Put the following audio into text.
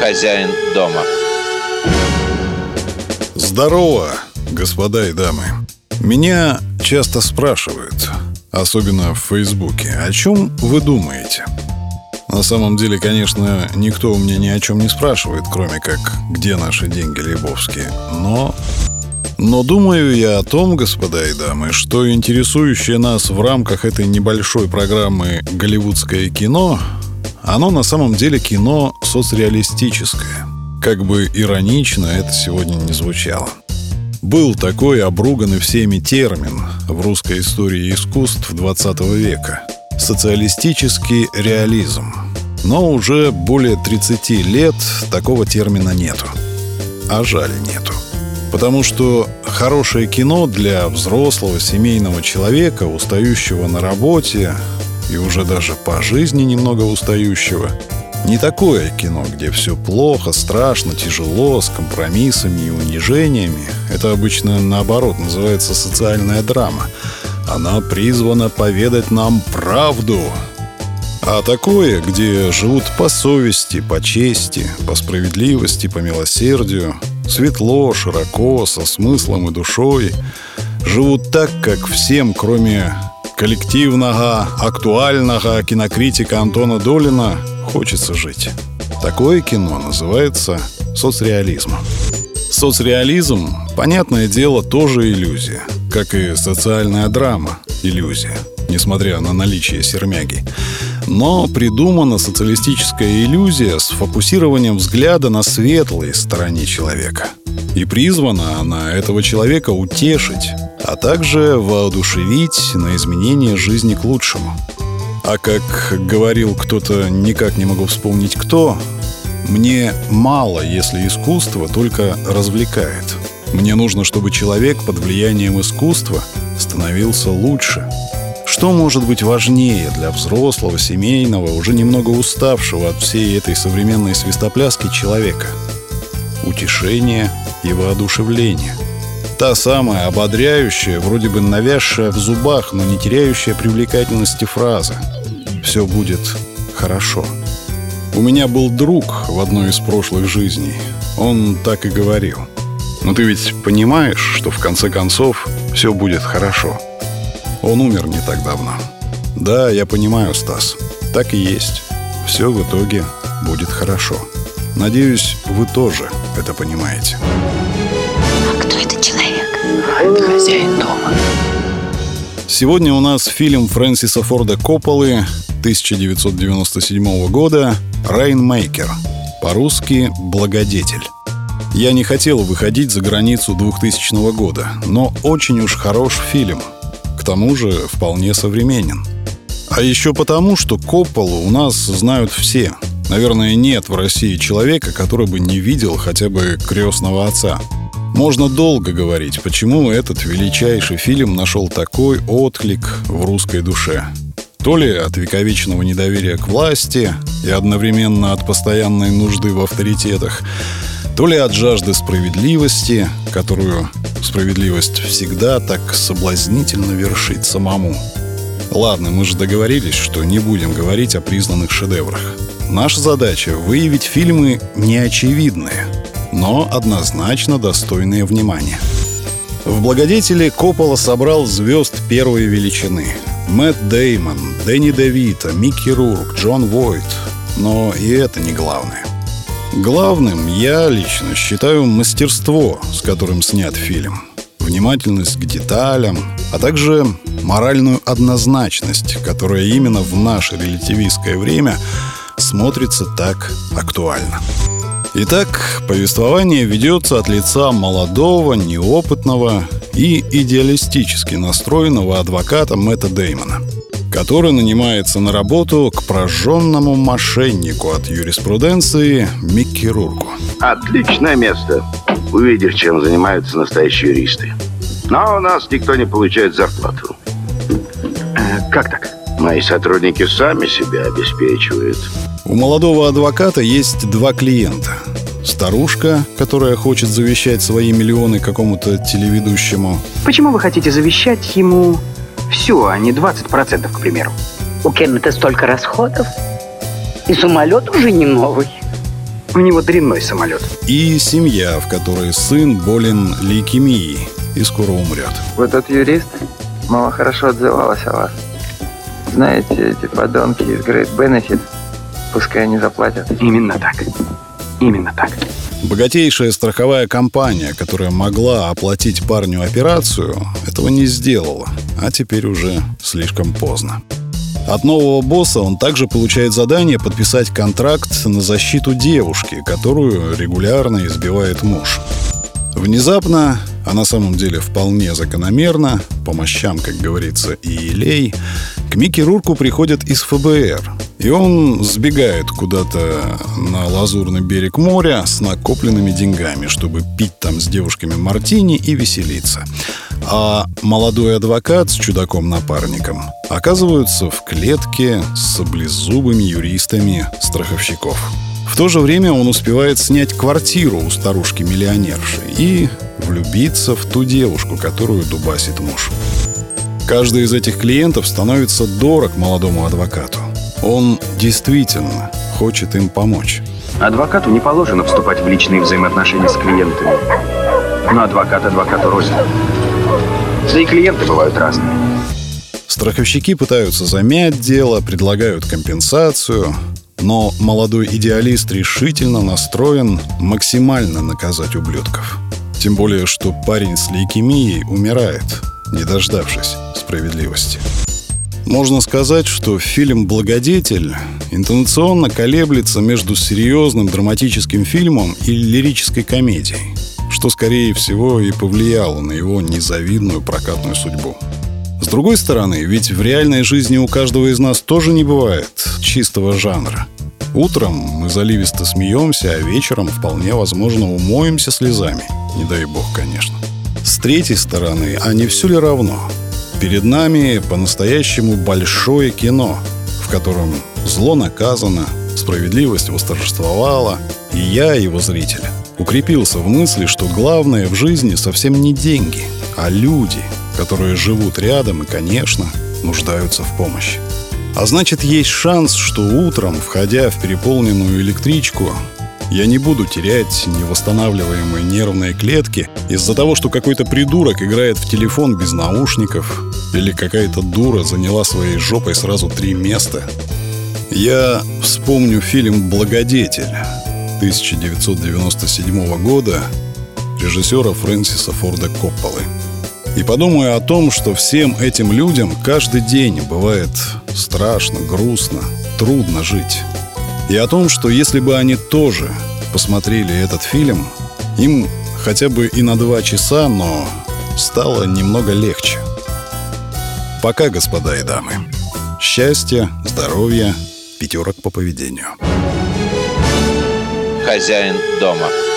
хозяин дома. Здорово, господа и дамы. Меня часто спрашивают, особенно в Фейсбуке, о чем вы думаете? На самом деле, конечно, никто у меня ни о чем не спрашивает, кроме как, где наши деньги лейбовские. Но думаю я о том, господа и дамы, что интересующее нас в рамках этой небольшой программы «Голливудское кино», оно на самом деле кино соцреалистическое. Как бы иронично это сегодня не звучало. Был такой обруганный всеми термин в русской истории искусств XX века – социалистический реализм. Но уже более 30 лет такого термина нету. А жаль, нету. Потому что хорошее кино для взрослого семейного человека, устающего на работе и уже даже по жизни немного устающего, не такое кино, где все плохо, страшно, тяжело, с компромиссами и унижениями. Это обычно, наоборот, называется социальная драма. Она призвана поведать нам правду. А такое, где живут по совести, по чести, по справедливости, по милосердию, светло, широко, со смыслом и душой, живут так, как всем, кроме коллективного, актуального кинокритика Антона Долина, хочется жить. Такое кино называется соцреализмом. Соцреализм, понятное дело, тоже иллюзия, как и социальная драма – иллюзия, несмотря на наличие сермяги. Но придумана социалистическая иллюзия с фокусированием взгляда на светлой стороне человека. И призвана она этого человека утешить, а также воодушевить на изменение жизни к лучшему. А как говорил кто-то, никак не могу вспомнить кто, мне мало, если искусство только развлекает. Мне нужно, чтобы человек под влиянием искусства становился лучше. Что может быть важнее для взрослого, семейного, уже немного уставшего от всей этой современной свистопляски человека? Утешение и воодушевление. Та самая ободряющая, вроде бы навязшая в зубах, но не теряющая привлекательности фраза «Все будет хорошо». У меня был друг в одной из прошлых жизней. Он так и говорил: «Но ты ведь понимаешь, что в конце концов все будет хорошо». Он умер не так давно. Да, я понимаю, Стас, так и есть. Все в итоге будет хорошо. Надеюсь, вы тоже это понимаете. А кто этот человек? Это хозяин дома. Сегодня у нас фильм Фрэнсиса Форда Копполы 1997 года «Рейнмейкер», по-русски «Благодетель». Я не хотел выходить за границу 2000 года, но очень уж хорош фильм. К тому же вполне современен. А еще потому, что Копполу у нас знают все. Наверное, нет в России человека, который бы не видел хотя бы «Крестного отца». Можно долго говорить, почему этот величайший фильм нашел такой отклик в русской душе. То ли от вековечного недоверия к власти и одновременно от постоянной нужды в авторитетах, то ли от жажды справедливости, которую справедливость всегда так соблазнительно вершит самому. Ладно, мы же договорились, что не будем говорить о признанных шедеврах. Наша задача — выявить фильмы неочевидные, но однозначно достойные внимания. В «Благодетели» Коппола собрал звезд первой величины: Мэтт Дэймон, Дэнни де Вито, Микки Рурк, Джон Войт. Но и это не главное. Главным я лично считаю мастерство, с которым снят фильм, внимательность к деталям, а также моральную однозначность, которая именно в наше релятивистское время смотрится так актуально. Итак, повествование ведется от лица молодого, неопытного и идеалистически настроенного адвоката Мэтта Дэймона, который нанимается на работу к прожженному мошеннику от юриспруденции Микки Рурку. Отличное место. Увидишь, чем занимаются настоящие юристы. Но у нас никто не получает зарплату. Как так? Мои сотрудники сами себя обеспечивают. У молодого адвоката есть два клиента. Старушка, которая хочет завещать свои миллионы какому-то телеведущему. Почему вы хотите завещать ему все, а не 20%, к примеру? У Кеннета столько расходов. И самолет уже не новый. У него дрянной самолет. И семья, в которой сын болен лейкемией и скоро умрет. Вот тот юрист, мама хорошо отзывалась о вас. Знаете, эти подонки из Great Benefit, пускай они заплатят. Именно так. Именно так. Богатейшая страховая компания, которая могла оплатить парню операцию, этого не сделала, а теперь уже слишком поздно. От нового босса он также получает задание подписать контракт на защиту девушки, которую регулярно избивает муж. Внезапно, а на самом деле вполне закономерно, по мощам, как говорится, и елей, к Микки Рурку приходят из ФБР. И он сбегает куда-то на лазурный берег моря с накопленными деньгами, чтобы пить там с девушками мартини и веселиться. А молодой адвокат с чудаком-напарником оказываются в клетке с саблезубыми юристами страховщиков. В то же время он успевает снять квартиру у старушки-миллионерши и влюбиться в ту девушку, которую дубасит муж. Каждый из этих клиентов становится дорог молодому адвокату. Он действительно хочет им помочь. Адвокату не положено вступать в личные взаимоотношения с клиентами. Но адвокат адвокату рознь. Да и клиенты бывают разные. Страховщики пытаются замять дело, предлагают компенсацию, но молодой идеалист решительно настроен максимально наказать ублюдков. Тем более, что парень с лейкемией умирает, не дождавшись справедливости. Можно сказать, что фильм «Благодетель» интонационно колеблется между серьезным драматическим фильмом и лирической комедией, что, скорее всего, и повлияло на его незавидную прокатную судьбу. С другой стороны, ведь в реальной жизни у каждого из нас тоже не бывает чистого жанра. Утром мы заливисто смеемся, а вечером вполне возможно умоемся слезами. Не дай бог, конечно. С третьей стороны, а не все ли равно? Перед нами по-настоящему большое кино, в котором зло наказано, справедливость восторжествовала, и я, его зритель, укрепился в мысли, что главное в жизни совсем не деньги, а люди, которые живут рядом и, конечно, нуждаются в помощи. А значит, есть шанс, что утром, входя в переполненную электричку, я не буду терять невосстанавливаемые нервные клетки из-за того, что какой-то придурок играет в телефон без наушников или какая-то дура заняла своей жопой сразу 3 места. Я вспомню фильм «Благодетель» 1997 года режиссера Фрэнсиса Форда Копполы. И подумаю о том, что всем этим людям каждый день бывает страшно, грустно, трудно жить. И о том, что если бы они тоже посмотрели этот фильм, им хотя бы и на 2 часа, но стало немного легче. Пока, господа и дамы. Счастья, здоровья, 5 по поведению. Хозяин дома.